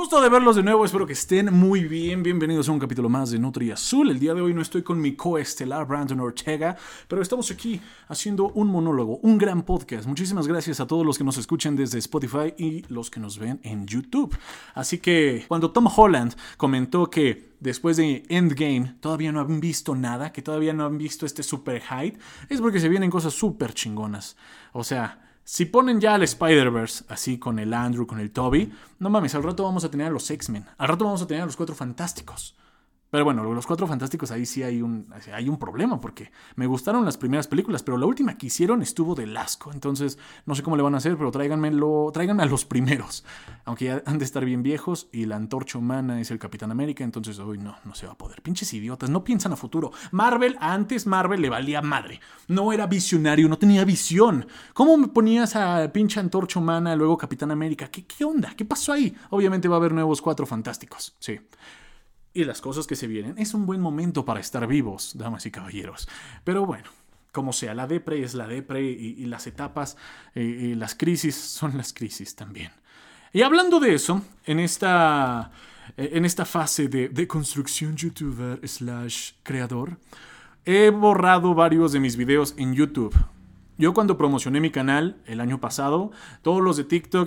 Gusto de verlos de nuevo, espero que estén muy bien. Bienvenidos a un capítulo más de Nutri Azul. El día de hoy no estoy con mi coestelar Brandon Ortega, pero estamos aquí haciendo un monólogo, un gran podcast. Muchísimas gracias a todos los que nos escuchan desde Spotify y los que nos ven en YouTube. Así que cuando Tom Holland comentó que después de Endgame todavía no han visto nada, que todavía no han visto este super hype, es porque se vienen cosas súper chingonas. O sea, si ponen ya al Spider-Verse, así con el Andrew, con el Tobey, no mames, al rato vamos a tener a los X-Men, al rato vamos a tener a los Cuatro Fantásticos. Pero bueno, los Cuatro Fantásticos ahí sí hay un problema, porque me gustaron las primeras películas, pero la última que hicieron estuvo del asco. Entonces, no sé cómo le van a hacer, pero tráiganme a los primeros. Aunque ya han de estar bien viejos y la Antorcha Humana es el Capitán América, entonces hoy no se va a poder. Pinches idiotas, no piensan a futuro. Antes Marvel le valía madre. No era visionario, no tenía visión. ¿Cómo me ponías a pinche Antorcha Humana, luego Capitán América? ¿Qué onda? ¿Qué pasó ahí? Obviamente va a haber nuevos Cuatro Fantásticos, sí. Y las cosas que se vienen, es un buen momento para estar vivos, damas y caballeros. Pero bueno, como sea, la depre es la depre y las etapas y las crisis son las crisis también. Y hablando de eso, en esta fase de construcción youtuber / creador, he borrado varios de mis videos en YouTube. Yo cuando promocioné mi canal el año pasado, todos los de TikTok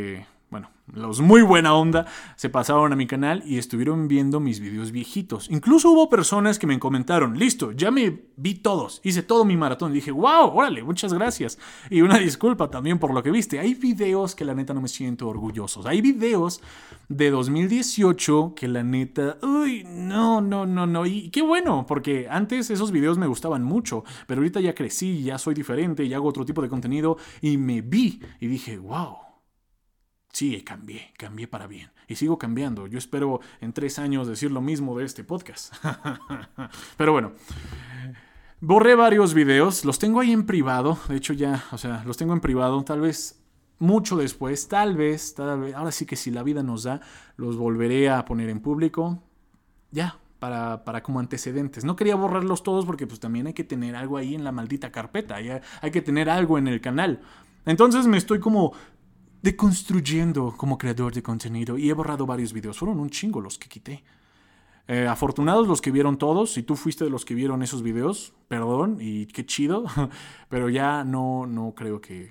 los muy buena onda se pasaron a mi canal y estuvieron viendo mis videos viejitos. Incluso hubo personas que me comentaron, listo, ya me vi todos, hice todo mi maratón. Y dije, wow, órale, muchas gracias. Y una disculpa también por lo que viste. Hay videos que la neta no me siento orgullosos. Hay videos de 2018 que la neta, no. Y qué bueno, porque antes esos videos me gustaban mucho, pero ahorita ya crecí, ya soy diferente, ya hago otro tipo de contenido y me vi y dije, wow. Sí, cambié para bien. Y sigo cambiando. Yo espero en 3 años decir lo mismo de este podcast. Pero bueno, borré varios videos. Los tengo ahí en privado. De hecho los tengo en privado. Tal vez mucho después, tal vez. Ahora sí que si la vida nos da, los volveré a poner en público. Ya, para como antecedentes. No quería borrarlos todos porque pues también hay que tener algo ahí en la maldita carpeta. Hay que tener algo en el canal. Entonces me estoy como deconstruyendo como creador de contenido y he borrado varios videos. Fueron un chingo los que quité. Afortunados los que vieron todos. Si tú fuiste de los que vieron esos videos, perdón y qué chido, pero ya no creo que,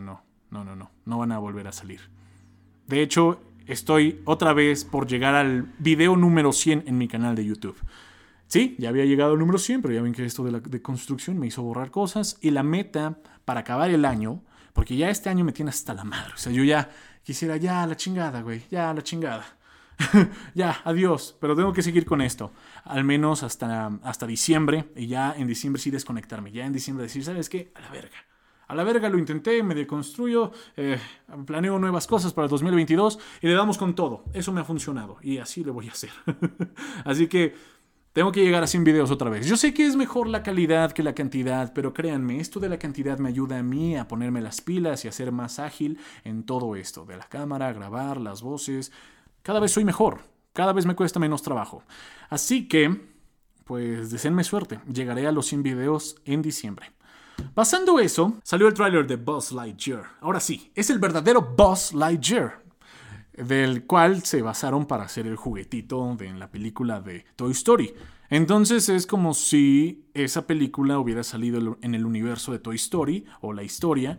no van a volver a salir. De hecho, estoy otra vez por llegar al video número 100 en mi canal de YouTube. Sí, ya había llegado al número 100, pero ya ven que esto de la deconstrucción me hizo borrar cosas y la meta para acabar el año, porque ya este año me tiene hasta la madre. O sea, yo ya quisiera, ya la chingada, güey. Ya la chingada. Ya, adiós. Pero tengo que seguir con esto. Al menos hasta diciembre. Y ya en diciembre sí desconectarme. Ya en diciembre decir, ¿sabes qué? A la verga. A la verga lo intenté, me deconstruyo. Planeo nuevas cosas para el 2022. Y le damos con todo. Eso me ha funcionado. Y así lo voy a hacer. Así que tengo que llegar a 100 videos otra vez. Yo sé que es mejor la calidad que la cantidad, pero créanme, esto de la cantidad me ayuda a mí a ponerme las pilas y a ser más ágil en todo esto. De la cámara, grabar, las voces. Cada vez soy mejor. Cada vez me cuesta menos trabajo. Así que, pues, deseenme suerte. Llegaré a los 100 videos en diciembre. Pasando eso, salió el tráiler de Buzz Lightyear. Ahora sí, es el verdadero Buzz Lightyear, del cual se basaron para hacer el juguetito en la película de Toy Story. Entonces es como si esa película hubiera salido en el universo de Toy Story, o la historia,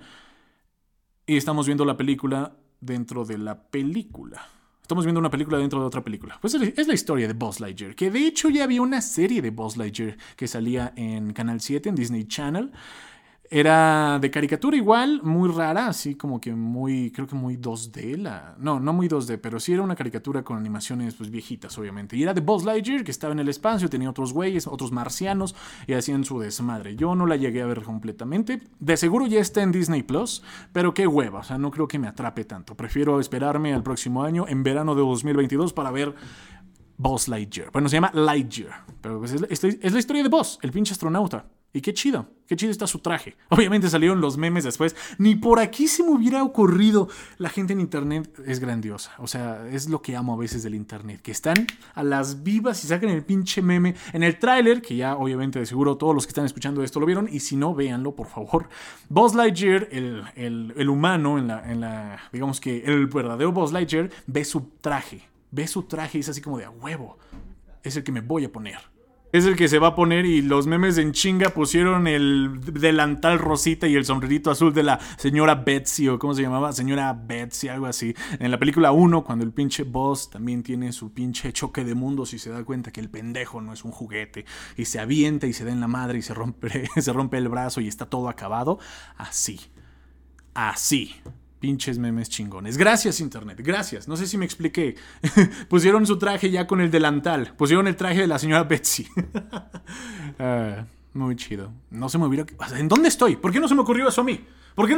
y estamos viendo la película dentro de la película. Estamos viendo una película dentro de otra película. Pues es la historia de Buzz Lightyear, que de hecho ya había una serie de Buzz Lightyear que salía en Canal 7, en Disney Channel. Era de caricatura igual, muy rara, así como que creo que muy 2D. No muy 2D, pero sí era una caricatura con animaciones pues viejitas, obviamente. Y era de Buzz Lightyear, que estaba en el espacio, tenía otros güeyes, otros marcianos, y hacían su desmadre. Yo no la llegué a ver completamente. De seguro ya está en Disney Plus, pero qué hueva, o sea, no creo que me atrape tanto. Prefiero esperarme al próximo año, en verano de 2022, para ver Buzz Lightyear. Bueno, se llama Lightyear, pero pues es la historia de Buzz, el pinche astronauta. Y qué chido está su traje. Obviamente salieron los memes después. Ni por aquí se me hubiera ocurrido. La gente en internet es grandiosa. O sea, es lo que amo a veces del internet. Que están a las vivas y sacan el pinche meme. En el tráiler, que ya obviamente de seguro todos los que están escuchando esto lo vieron. Y si no, véanlo, por favor. Buzz Lightyear, el humano, digamos que el verdadero Buzz Lightyear, ve su traje. Ve su traje y es así como de a huevo. Es el que me voy a poner. Es el que se va a poner y los memes en chinga pusieron el delantal rosita y el sombrerito azul de la señora Betsy, o ¿cómo se llamaba? Señora Betsy, algo así. En la película 1, cuando el pinche boss también tiene su pinche choque de mundos y se da cuenta que el pendejo no es un juguete y se avienta y se da en la madre y se rompe el brazo y está todo acabado. Así. Pinches memes chingones. Gracias, internet, gracias. No sé si me expliqué. Pusieron su traje ya con el delantal. Pusieron el traje de la señora Betsy. Muy chido. No se me hubiera... ¿En dónde estoy? ¿Por qué no se me ocurrió eso a mí?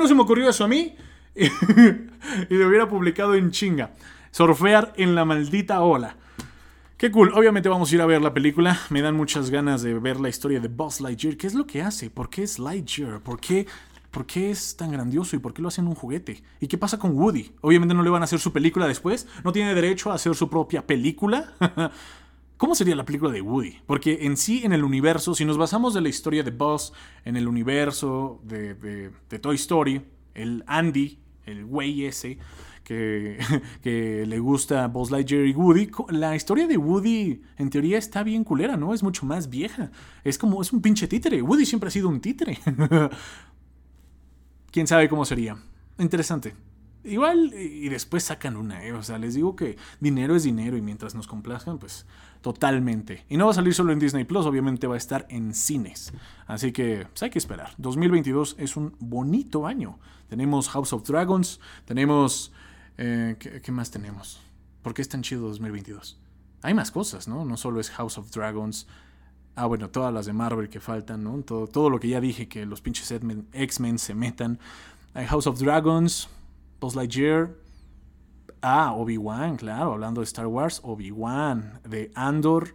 Y lo hubiera publicado en chinga. Surfear en la maldita ola. Qué cool. Obviamente vamos a ir a ver la película. Me dan muchas ganas de ver la historia de Buzz Lightyear. ¿Qué es lo que hace? ¿Por qué es Lightyear? ¿Por qué es tan grandioso y por qué lo hacen un juguete? ¿Y qué pasa con Woody? Obviamente no le van a hacer su película después. ¿No tiene derecho a hacer su propia película? ¿Cómo sería la película de Woody? Porque en sí, en el universo, si nos basamos de la historia de Buzz, en el universo de Toy Story, el Andy, el güey ese, que le gusta Buzz Lightyear y Woody, la historia de Woody en teoría está bien culera, ¿no? Es mucho más vieja. Es un pinche títere. Woody siempre ha sido un títere. ¿Quién sabe cómo sería? Interesante. Igual, y después sacan una, O sea, les digo que dinero es dinero y mientras nos complazcan, pues totalmente. Y no va a salir solo en Disney Plus, obviamente va a estar en cines. Así que pues hay que esperar. 2022 es un bonito año. Tenemos House of Dragons, tenemos... ¿qué más tenemos? ¿Por qué es tan chido 2022? Hay más cosas, ¿no? No solo es House of Dragons. Bueno, todas las de Marvel que faltan, ¿no? Todo lo que ya dije, que los pinches X-Men se metan. House of Dragons, Buzz Lightyear. Obi-Wan, claro, hablando de Star Wars. Obi-Wan, de Andor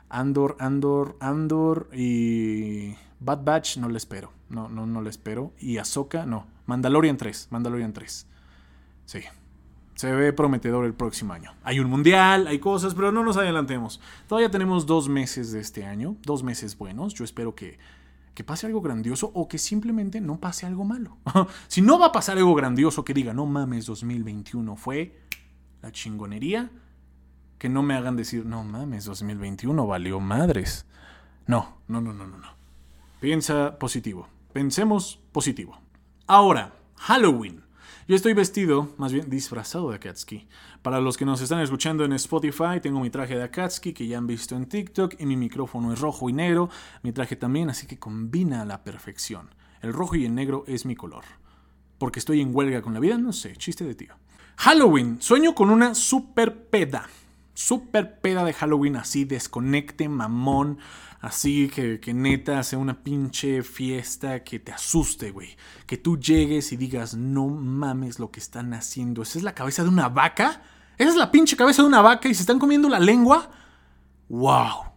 y Bad Batch no le espero. No le espero. Y Ahsoka, no. Mandalorian 3. Sí. Se ve prometedor el próximo año. Hay un mundial, hay cosas, pero no nos adelantemos. Todavía tenemos 2 meses de este año, 2 meses buenos. Yo espero que pase algo grandioso o que simplemente no pase algo malo. Si no va a pasar algo grandioso que diga, no mames, 2021 fue la chingonería, que no me hagan decir, no mames, 2021 valió madres. No. Piensa positivo. Pensemos positivo. Ahora, Halloween. Yo estoy vestido, más bien disfrazado de Akatsuki. Para los que nos están escuchando en Spotify, tengo mi traje de Akatsuki que ya han visto en TikTok y mi micrófono es rojo y negro. Mi traje también, así que combina a la perfección. El rojo y el negro es mi color. Porque estoy en huelga con la vida, no sé, chiste de tío. Halloween, sueño con una super peda de Halloween, así desconecte, mamón. Así que neta sea una pinche fiesta que te asuste, güey. Que tú llegues y digas, no mames lo que están haciendo. ¿Esa es la cabeza de una vaca? ¿Esa es la pinche cabeza de una vaca y se están comiendo la lengua? ¡Wow!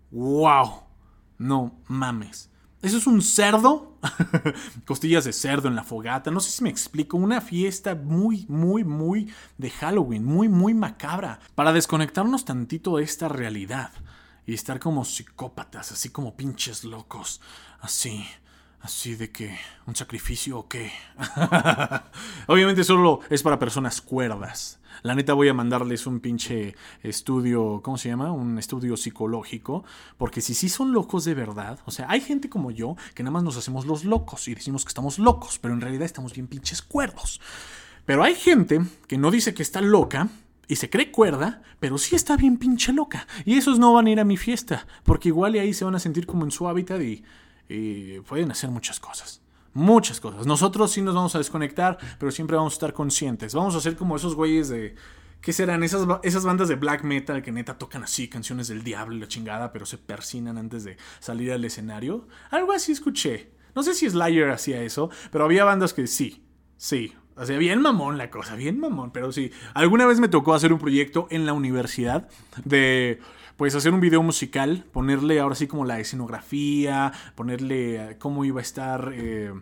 No mames. ¿Eso es un cerdo? Costillas de cerdo en la fogata. No sé si me explico. Una fiesta muy de Halloween. Muy macabra. Para desconectarnos tantito de esta realidad. Y estar como psicópatas, así como pinches locos. Así de que, ¿un sacrificio o qué? Obviamente solo es para personas cuerdas. La neta voy a mandarles un pinche estudio, ¿cómo se llama? Un estudio psicológico. Porque si sí son locos de verdad, o sea, hay gente como yo que nada más nos hacemos los locos y decimos que estamos locos, pero en realidad estamos bien pinches cuerdos. Pero hay gente que no dice que está loca y se cree cuerda, pero sí está bien pinche loca. Y esos no van a ir a mi fiesta, porque igual y ahí se van a sentir como en su hábitat y pueden hacer muchas cosas. Nosotros sí nos vamos a desconectar, pero siempre vamos a estar conscientes. Vamos a hacer como esos güeyes de... ¿Qué serán? Esas bandas de black metal que neta tocan así canciones del diablo y la chingada, pero se persinan antes de salir al escenario. Algo así escuché. No sé si Slayer hacía eso, pero había bandas que sí. O sea, bien mamón la cosa, pero sí. Alguna vez me tocó hacer un proyecto en la universidad de, pues, hacer un video musical, ponerle ahora sí como la escenografía, ponerle cómo iba a estar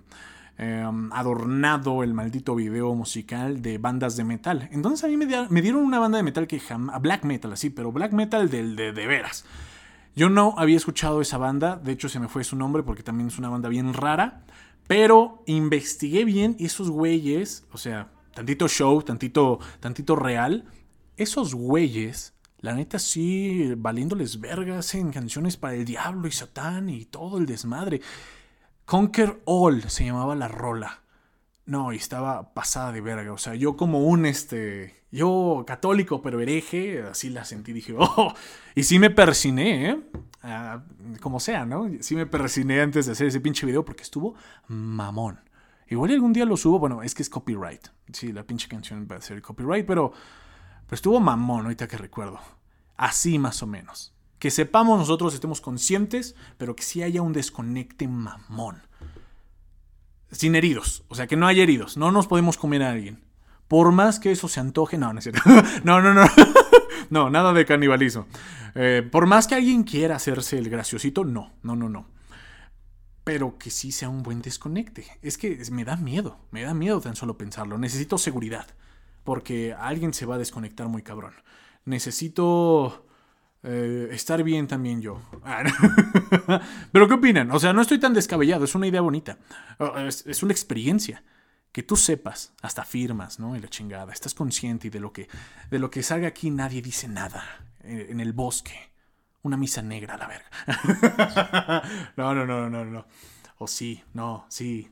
adornado el maldito video musical de bandas de metal. Entonces a mí me dieron una banda de metal que black metal, así, pero black metal de veras. Yo no había escuchado esa banda, de hecho se me fue su nombre porque también es una banda bien rara. Pero investigué bien y esos güeyes, o sea, tantito show, tantito real, esos güeyes, la neta sí, valiéndoles vergas en canciones para el diablo y Satán y todo el desmadre. Conquer All se llamaba la rola. No, y estaba pasada de verga. O sea, yo como yo católico pero hereje, así la sentí. Dije, oh, y sí me persiné, ¿eh? Como sea, ¿no? Sí me persiné antes de hacer ese pinche video porque estuvo mamón. Igual algún día lo subo. Bueno, es que es copyright. Sí, la pinche canción va a ser copyright, pero estuvo mamón ahorita que recuerdo. Así más o menos. Que sepamos nosotros, estemos conscientes, pero que sí haya un desconecte mamón. Sin heridos, o sea, que no haya heridos. No nos podemos comer a alguien. Por más que eso se antoje. No, no es cierto. No. No, nada de canibalismo. Por más que alguien quiera hacerse el graciosito, no. Pero que sí sea un buen desconecte. Es que me da miedo tan solo pensarlo. Necesito seguridad, porque alguien se va a desconectar muy cabrón. Necesito estar bien también yo. Pero ¿qué opinan? O sea, no estoy tan descabellado, es una idea bonita. Es una experiencia. Que tú sepas, hasta firmas, ¿no? Y la chingada. Estás consciente y de lo que salga aquí nadie dice nada. En el bosque. Una misa negra a la verga. No. O sí, no.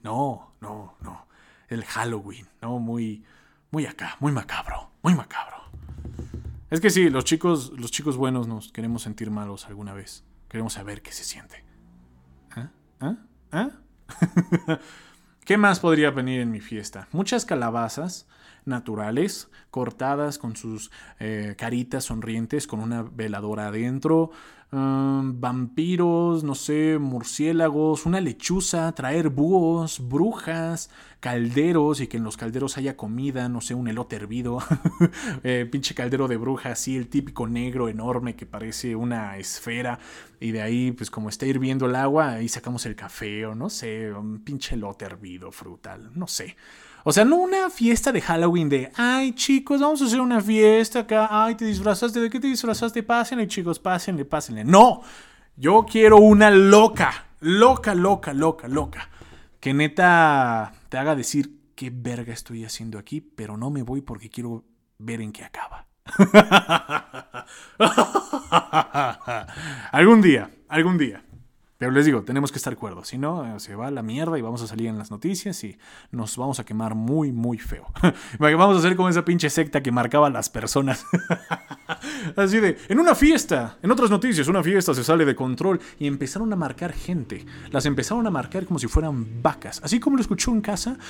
El Halloween, ¿no? Muy acá, muy macabro. Es que sí, los chicos buenos nos queremos sentir malos alguna vez. Queremos saber qué se siente. ¿Qué más podría venir en mi fiesta? Muchas calabazas naturales, cortadas con sus caritas sonrientes, con una veladora adentro, vampiros, no sé, murciélagos, una lechuza, traer búhos, brujas, calderos, y que en los calderos haya comida, no sé, un elote hervido, pinche caldero de bruja, así, el típico negro enorme que parece una esfera, y de ahí, pues como está hirviendo el agua, ahí sacamos el café, o no sé, un pinche elote hervido, frutal, no sé. O sea, no una fiesta de Halloween de, ay, chicos, vamos a hacer una fiesta acá, ay, ¿te disfrazaste? ¿De qué te disfrazaste? Pásenle, chicos, pásenle. No, yo quiero una loca. Que neta te haga decir, qué verga estoy haciendo aquí, pero no me voy porque quiero ver en qué acaba. Algún día. Pero les digo, tenemos que estar cuerdos. Si no, se va a la mierda y vamos a salir en las noticias y nos vamos a quemar muy, muy feo. Vamos a hacer como esa pinche secta que marcaba a las personas. Así de, en una fiesta, en otras noticias, una fiesta se sale de control y empezaron a marcar gente. Las empezaron a marcar como si fueran vacas. Así como lo escuchó en casa,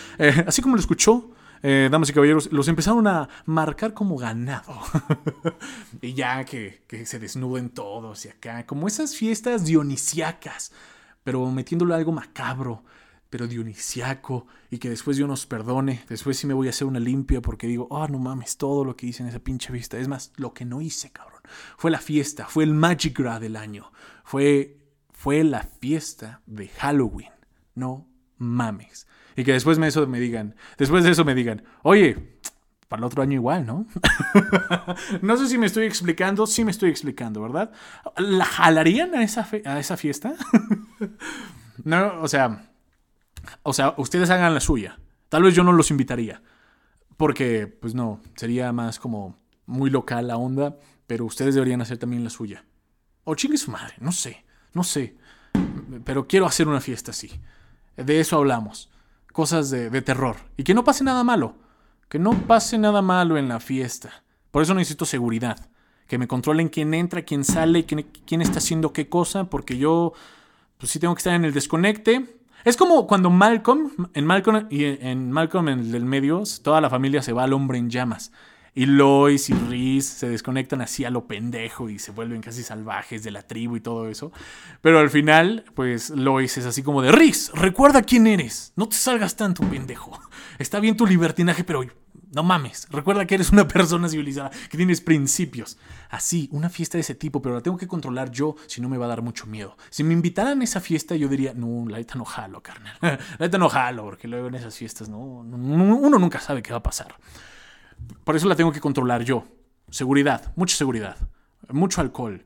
damas y caballeros, los empezaron a marcar como ganado. Y ya que se desnuden todos y acá, como esas fiestas dionisiacas, pero metiéndole algo macabro, pero dionisiaco, y que después Dios nos perdone. Después sí me voy a hacer una limpia porque digo, no mames, todo lo que hice en esa pinche fiesta. Es más, lo que no hice, cabrón, fue la fiesta, fue el Magic Gras del año, fue la fiesta de Halloween. No mames. Y que después de eso me digan, oye, para el otro año igual, ¿no? No sé si me estoy explicando. Sí me estoy explicando, ¿verdad? ¿La jalarían a esa fiesta? No, o sea, ustedes hagan la suya. Tal vez yo no los invitaría. Porque, pues no, sería más como muy local la onda. Pero ustedes deberían hacer también la suya. O chingue su madre, no sé. Pero quiero hacer una fiesta así. De eso hablamos. Cosas de terror. Y que no pase nada malo. Que no pase nada malo en la fiesta. Por eso necesito seguridad. Que me controlen quién entra, quién sale, quién está haciendo qué cosa. Porque yo, pues sí tengo que estar en el desconecte. Es como cuando en Malcolm en el del medio, toda la familia se va al hombre en llamas. Y Lois y Reese se desconectan así a lo pendejo y se vuelven casi salvajes de la tribu y todo eso. Pero al final, pues Lois es así como de, Reese, recuerda quién eres. No te salgas tanto, pendejo. Está bien tu libertinaje, pero no mames. Recuerda que eres una persona civilizada, que tienes principios. Así, una fiesta de ese tipo, pero la tengo que controlar yo, si no me va a dar mucho miedo. Si me invitaran a esa fiesta, yo diría, no, la neta no jalo, carnal. La neta no jalo, porque luego en esas fiestas uno nunca sabe qué va a pasar. Por eso la tengo que controlar yo. Seguridad, mucha seguridad. Mucho alcohol.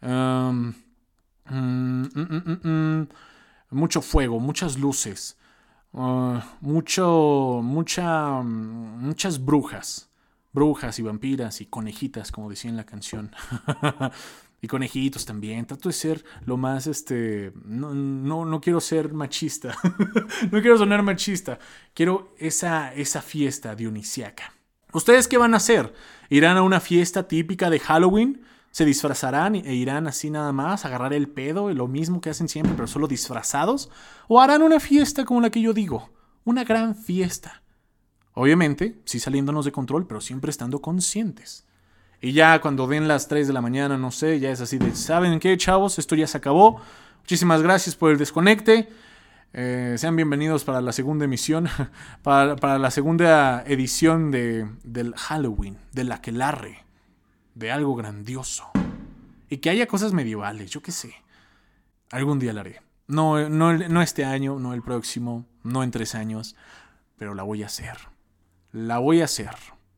Mucho fuego, muchas luces. Muchas brujas. brujas y vampiras y conejitas, como decía en la canción. Y conejitos también. Trato de ser lo más, no quiero ser machista. No quiero sonar machista. Quiero esa fiesta dionisiaca. ¿Ustedes qué van a hacer? ¿Irán a una fiesta típica de Halloween? ¿Se disfrazarán e irán así nada más a agarrar el pedo, lo mismo que hacen siempre, pero solo disfrazados? ¿O harán una fiesta como la que yo digo? Una gran fiesta. Obviamente, sí saliéndonos de control, pero siempre estando conscientes. Y ya cuando den las 3 de la mañana, no sé, ya es así de, ¿saben qué, chavos? Esto ya se acabó. Muchísimas gracias por el desconecte. Sean bienvenidos para la segunda emisión, para la segunda edición del Halloween, del aquelarre, de algo grandioso. Y que haya cosas medievales, yo qué sé. Algún día la haré. No este año, no el próximo, no en 3 años, pero la voy a hacer. La voy a hacer.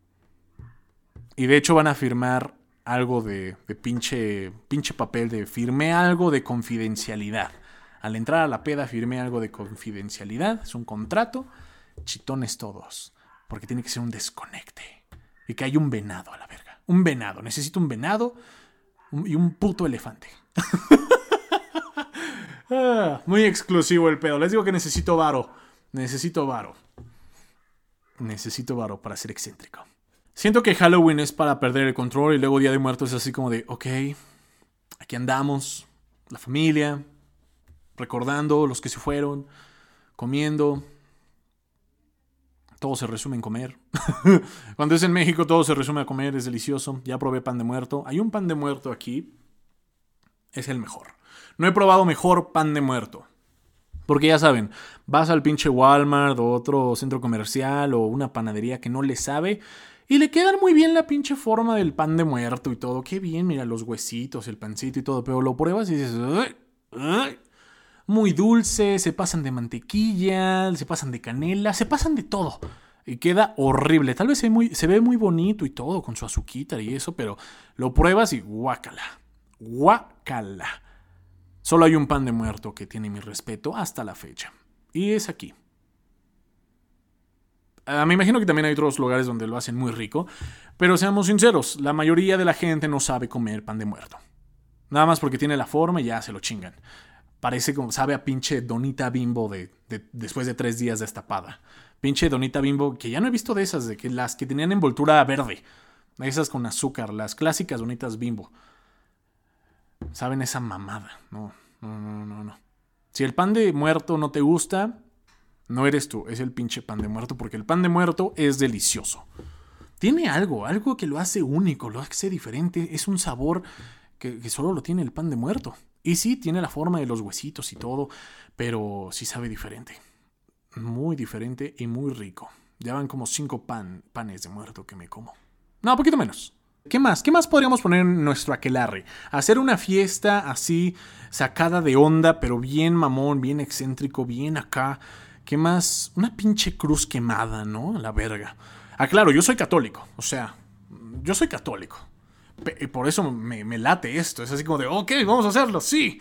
Y de hecho van a firmar algo de pinche papel de firmé algo de confidencialidad. Al entrar a la peda firmé algo de confidencialidad. Es un contrato. Chitones todos. Porque tiene que ser un desconecte. Y que haya un venado a la verga. Un venado. Necesito un venado y un puto elefante. Muy exclusivo el pedo. Les digo que necesito varo. Necesito varo para ser excéntrico. Siento que Halloween es para perder el control y luego Día de Muertos es así como de, ok, aquí andamos, la familia, recordando los que se fueron, comiendo. Todo se resume en comer. Cuando es en México todo se resume a comer, es delicioso. Ya probé pan de muerto. Hay un pan de muerto aquí. Es el mejor. No he probado mejor pan de muerto. Porque ya saben, vas al pinche Walmart o otro centro comercial o una panadería que no le sabe y le quedan muy bien la pinche forma del pan de muerto y todo. Qué bien, mira los huesitos, el pancito y todo. Pero lo pruebas y dices, ¡ay! ¡Ay! Muy dulce, se pasan de mantequilla, se pasan de canela, se pasan de todo. Y queda horrible. Tal vez se ve muy bonito y todo con su azuquita y eso, pero lo pruebas y guácala. Guácala. Solo hay un pan de muerto que tiene mi respeto hasta la fecha. Y es aquí. Me imagino que también hay otros lugares donde lo hacen muy rico. Pero seamos sinceros, la mayoría de la gente no sabe comer pan de muerto. Nada más porque tiene la forma y ya se lo chingan. Parece como sabe a pinche donita Bimbo después de 3 días destapada. Pinche donita Bimbo, que ya no he visto de esas, de que las que tenían envoltura verde. Esas con azúcar, las clásicas donitas Bimbo. Saben esa mamada. No. Si el pan de muerto no te gusta, no eres tú, es el pinche pan de muerto, porque el pan de muerto es delicioso. Tiene algo que lo hace único, lo hace diferente. Es un sabor que solo lo tiene el pan de muerto. Y sí, tiene la forma de los huesitos y todo, pero sí sabe diferente. Muy diferente y muy rico. Ya van como 5 panes de muerto que me como. No, poquito menos. ¿Qué más? ¿Qué más podríamos poner en nuestro aquelarre? Hacer una fiesta así, sacada de onda, pero bien mamón, bien excéntrico, bien acá. ¿Qué más? Una pinche cruz quemada, ¿no? A la verga. Claro, yo soy católico. O sea, yo soy católico. Por eso me late esto. Es así como de, ok, vamos a hacerlo, sí.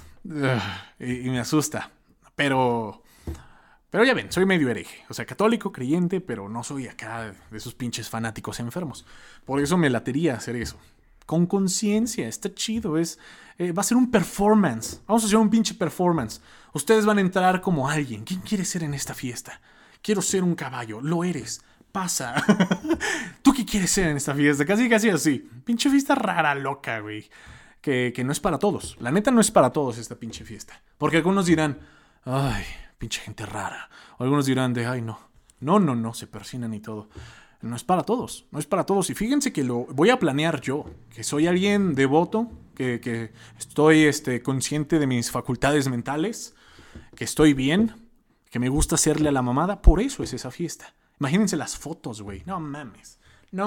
Y me asusta. Pero ya ven, soy medio hereje. O sea, católico, creyente, pero no soy acá de esos pinches fanáticos enfermos. Por eso me latería hacer eso. Con conciencia, está chido. Va a ser un performance. Vamos a hacer un pinche performance. Ustedes van a entrar como alguien. ¿Quién quiere ser en esta fiesta? Quiero ser un caballo. Lo eres. Pasa. ¿Tú qué quieres ser en esta fiesta? Casi así. Pinche fiesta rara, loca, güey. Que no es para todos. La neta no es para todos esta pinche fiesta. Porque algunos dirán, ay, pinche gente rara. O algunos dirán de, ay, no. No, se persinan y todo. No es para todos. No es para todos. Y fíjense que lo voy a planear yo. Que soy alguien devoto. Que estoy consciente de mis facultades mentales. Que estoy bien. Que me gusta hacerle a la mamada. Por eso es esa fiesta. Imagínense las fotos, güey. No mames.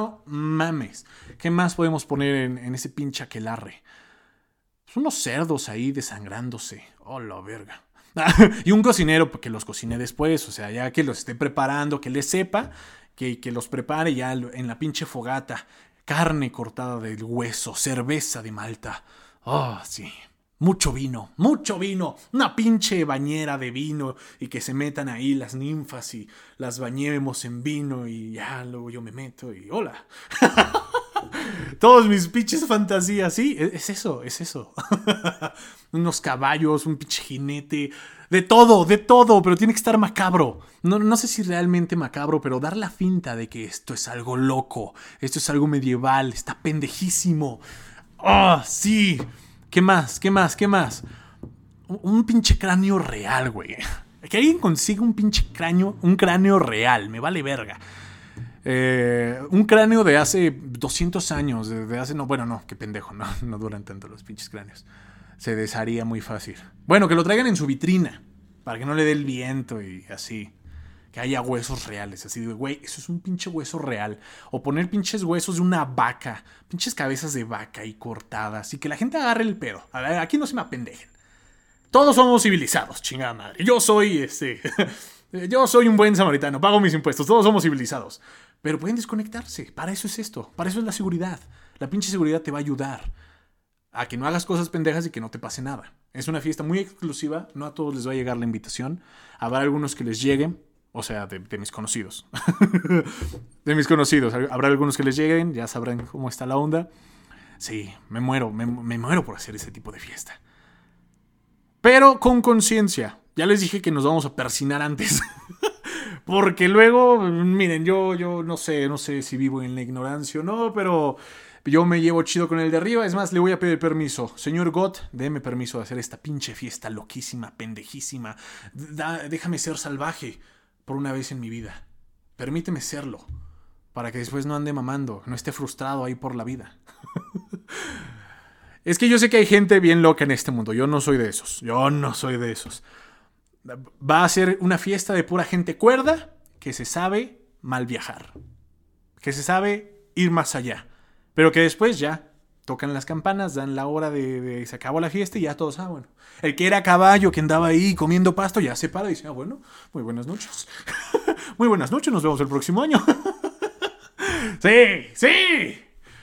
¿Qué más podemos poner en ese pinche aquelarre? Son unos cerdos ahí desangrándose. Oh, la verga. Y un cocinero que los cocine después. O sea, ya que los esté preparando, que les sepa, que los prepare ya en la pinche fogata. Carne cortada del hueso, cerveza de Malta. Oh, sí. Mucho vino, una pinche bañera de vino y que se metan ahí las ninfas y las bañemos en vino y ya luego yo me meto y hola. Todos mis pinches fantasías, sí, es eso. Unos caballos, un pinche jinete, de todo, pero tiene que estar macabro. No sé si realmente macabro, pero dar la finta de que esto es algo loco, esto es algo medieval, está pendejísimo. ¡Oh, sí! ¿Qué más? Un pinche cráneo real, güey. Que alguien consiga un pinche cráneo, un cráneo real, me vale verga. Un cráneo de hace 200 años, qué pendejo, no duran tanto los pinches cráneos. Se desharía muy fácil. Bueno, que lo traigan en su vitrina, para que no le dé el viento y así. Que haya huesos reales, así de, güey, eso es un pinche hueso real. O poner pinches huesos de una vaca, pinches cabezas de vaca ahí cortadas, y que la gente agarre el pedo. A ver, aquí no se me apendejen. Todos somos civilizados, chingada madre. Yo soy yo soy un buen samaritano, pago mis impuestos, todos somos civilizados. Pero pueden desconectarse, para eso es esto, para eso es la seguridad. La pinche seguridad te va a ayudar a que no hagas cosas pendejas y que no te pase nada. Es una fiesta muy exclusiva, no a todos les va a llegar la invitación. Habrá algunos que les lleguen, o sea, de mis conocidos. De mis conocidos, habrá algunos que les lleguen, ya sabrán cómo está la onda. Sí, me muero por hacer ese tipo de fiesta. Pero con conciencia. Ya les dije que nos vamos a persinar antes. Porque luego, miren, yo no sé si vivo en la ignorancia o no, pero yo me llevo chido con el de arriba. Es más, le voy a pedir permiso. Señor God, déme permiso de hacer esta pinche fiesta loquísima, pendejísima. Déjame ser salvaje por una vez en mi vida. Permíteme serlo. Para que después no ande mamando, no esté frustrado ahí por la vida. Es que yo sé que hay gente bien loca en este mundo. Yo no soy de esos. Va a ser una fiesta de pura gente cuerda que se sabe mal viajar. Que se sabe ir más allá. Pero que después ya tocan las campanas, dan la hora de se acabó la fiesta y ya todos, bueno. El que era caballo, que andaba ahí comiendo pasto, ya se para y dice, bueno, muy buenas noches. Muy buenas noches, nos vemos el próximo año. Sí.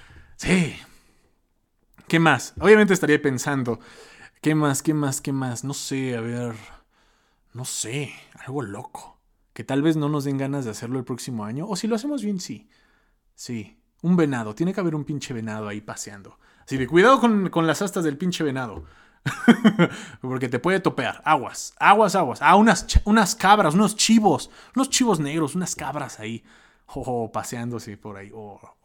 ¿Qué más? Obviamente estaría pensando, ¿qué más? No sé, a ver... No sé, algo loco. Que tal vez no nos den ganas de hacerlo el próximo año. O si lo hacemos bien, sí. Sí, un venado. Tiene que haber un pinche venado ahí paseando. Así de cuidado con las astas del pinche venado. Porque te puede topear. Aguas. Unas cabras, unos chivos negros, unas cabras ahí. Paseándose por ahí.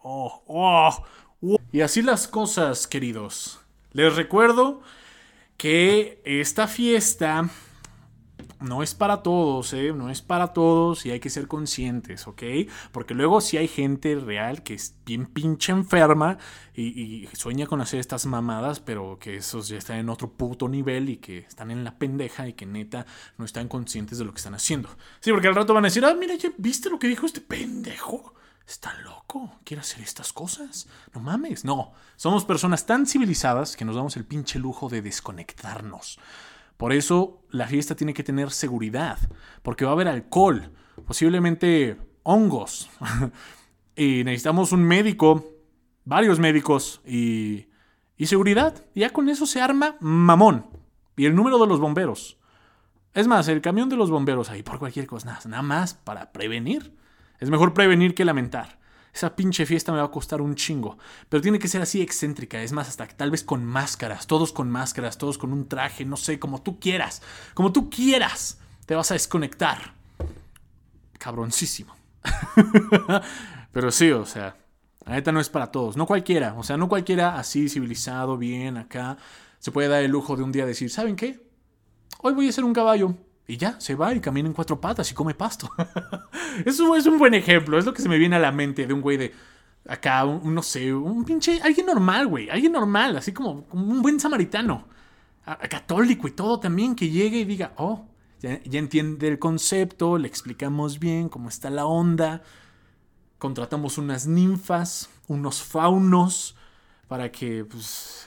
Y así las cosas, queridos. Les recuerdo que esta fiesta... No es para todos, no es para todos y hay que ser conscientes, ¿ok? Porque luego sí hay gente real que es bien pinche enferma y sueña con hacer estas mamadas, pero que esos ya están en otro puto nivel y que están en la pendeja y que neta no están conscientes de lo que están haciendo. Sí, porque al rato van a decir, mira, ¿ya viste lo que dijo este pendejo? Está loco, quiere hacer estas cosas. No mames, no. Somos personas tan civilizadas que nos damos el pinche lujo de desconectarnos. Por eso la fiesta tiene que tener seguridad, porque va a haber alcohol, posiblemente hongos, y necesitamos un médico, varios médicos y seguridad. Ya con eso se arma mamón. Y el número de los bomberos. Es más, el camión de los bomberos ahí por cualquier cosa, nada más para prevenir. Es mejor prevenir que lamentar. Esa pinche fiesta me va a costar un chingo. Pero tiene que ser así excéntrica. Es más, hasta tal vez con máscaras. Todos con un traje. No sé, como tú quieras. Como tú quieras. Te vas a desconectar. Cabroncísimo. Pero sí, o sea, la neta no es para todos. No cualquiera. O sea, no cualquiera así civilizado, bien, acá. Se puede dar el lujo de un día decir, ¿saben qué? Hoy voy a ser un caballo. Y ya, se va y camina en 4 patas y come pasto. Eso es un buen ejemplo. Es lo que se me viene a la mente de un güey de... Acá, no sé, un pinche... Alguien normal, güey. Alguien normal, así como un buen samaritano. Católico y todo también, que llegue y diga, ya entiende el concepto, le explicamos bien cómo está la onda. Contratamos unas ninfas, unos faunos, para que pues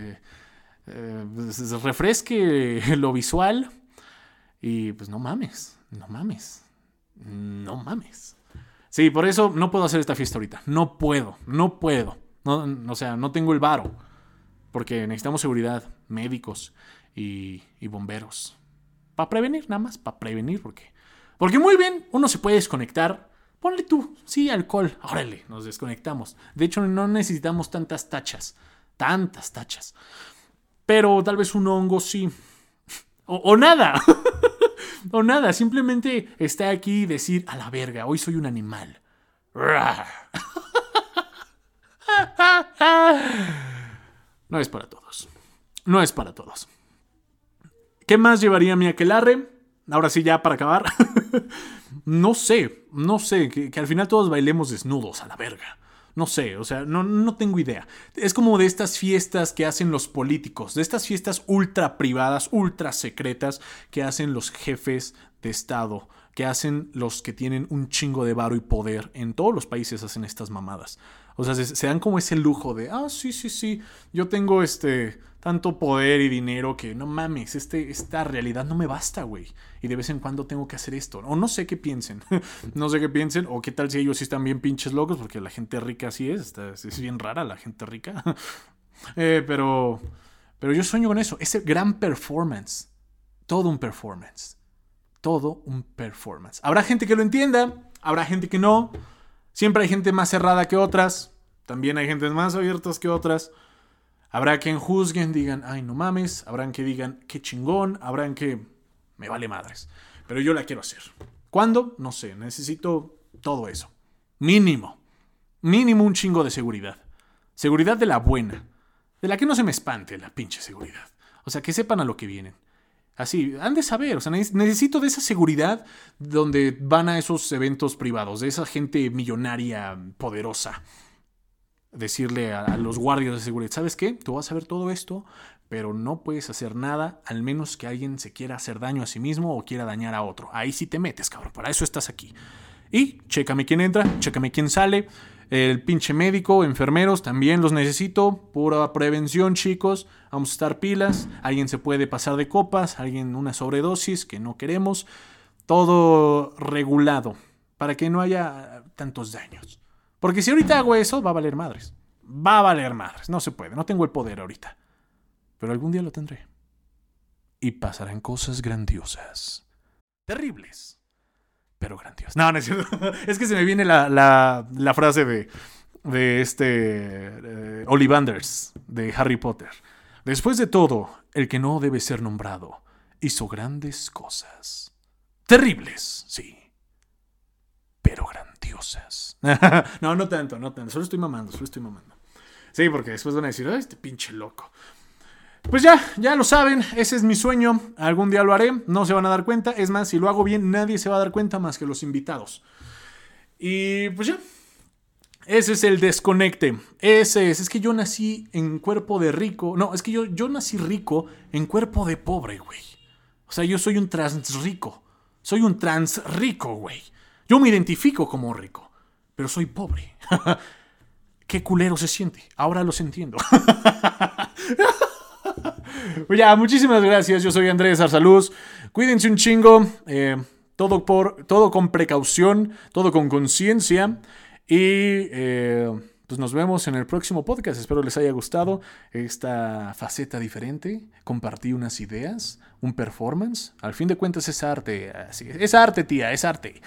refresque lo visual. Y pues no mames. Sí, por eso no puedo hacer esta fiesta ahorita. No puedo. No, o sea, no tengo el varo. Porque necesitamos seguridad, médicos y bomberos. Para prevenir, nada más, para prevenir, porque muy bien, uno se puede desconectar. Ponle tú, sí, alcohol, órale, nos desconectamos. De hecho, no necesitamos tantas tachas. Pero tal vez un hongo sí. O nada. O nada, simplemente está aquí y decir, a la verga, hoy soy un animal. No es para todos. No es para todos. ¿Qué más llevaría mi aquelarre? Ahora sí, ya para acabar. No sé. Que al final todos bailemos desnudos a la verga. No sé, o sea, no tengo idea. Es como de estas fiestas que hacen los políticos, de estas fiestas ultra privadas, ultra secretas que hacen los jefes de Estado, que hacen los que tienen un chingo de varo y poder. En todos los países hacen estas mamadas. O sea, se dan como ese lujo de, sí, yo tengo tanto poder y dinero que no mames, esta realidad no me basta, güey. Y de vez en cuando tengo que hacer esto. O no sé qué piensen. O qué tal si ellos sí están bien pinches locos, porque la gente rica así es. Es bien rara la gente rica. Pero yo sueño con eso. Ese gran performance. Todo un performance. Habrá gente que lo entienda. Habrá gente que no. Siempre hay gente más cerrada que otras. También hay gente más abiertas que otras. Habrá quien juzguen, digan, ay, no mames. Habrán que digan, qué chingón. Habrán que, me vale madres. Pero yo la quiero hacer. ¿Cuándo? No sé. Necesito todo eso. Mínimo un chingo de seguridad. Seguridad de la buena. De la que no se me espante la pinche seguridad. O sea, que sepan a lo que vienen. Así, han de saber. O sea, necesito de esa seguridad donde van a esos eventos privados. De esa gente millonaria, poderosa. Decirle a los guardias de seguridad, ¿sabes qué? Tú vas a ver todo esto, pero no puedes hacer nada al menos que alguien se quiera hacer daño a sí mismo o quiera dañar a otro. Ahí sí te metes, cabrón. Para eso estás aquí. Y chécame quién entra, chécame quién sale. El pinche médico, enfermeros, también los necesito. Pura prevención, chicos. Vamos a estar pilas. Alguien se puede pasar de copas, alguien una sobredosis que no queremos. Todo regulado para que no haya tantos daños. Porque si ahorita hago eso, va a valer madres. No se puede. No tengo el poder ahorita. Pero algún día lo tendré. Y pasarán cosas grandiosas. Terribles. Pero grandiosas. No es cierto. Es que se me viene la frase de Ollivanders, de Harry Potter. Después de todo, el que no debe ser nombrado hizo grandes cosas. Terribles, sí. Pero grandiosas. No tanto. Solo estoy mamando. Sí, porque después van a decir, este pinche loco. Pues ya lo saben, ese es mi sueño. Algún día lo haré, no se van a dar cuenta. Es más, si lo hago bien, nadie se va a dar cuenta más que los invitados. Y pues ya. Ese es el desconecte. Es que yo nací en cuerpo de rico. No, es que yo nací rico en cuerpo de pobre, güey. O sea, yo soy un trans rico. Soy un trans rico, güey. Yo me identifico como rico, pero soy pobre. Qué culero se siente. Ahora los entiendo. Ya, muchísimas gracias. Yo soy Andrés Arsaluz. Cuídense un chingo. Todo con precaución, todo con conciencia. Y pues nos vemos en el próximo podcast. Espero les haya gustado esta faceta diferente. Compartí unas ideas, un performance. Al fin de cuentas es arte. Es arte, tía, es arte.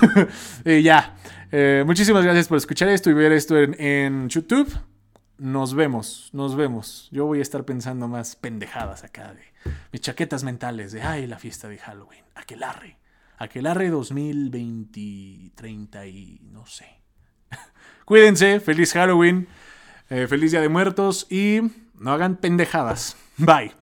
Muchísimas gracias por escuchar esto y ver esto en YouTube. Nos vemos. Yo voy a estar pensando más pendejadas acá de mis chaquetas mentales de la fiesta de Halloween. Aquelarre 2020, 30 y no sé. Cuídense, feliz Halloween, feliz Día de Muertos y no hagan pendejadas. Bye.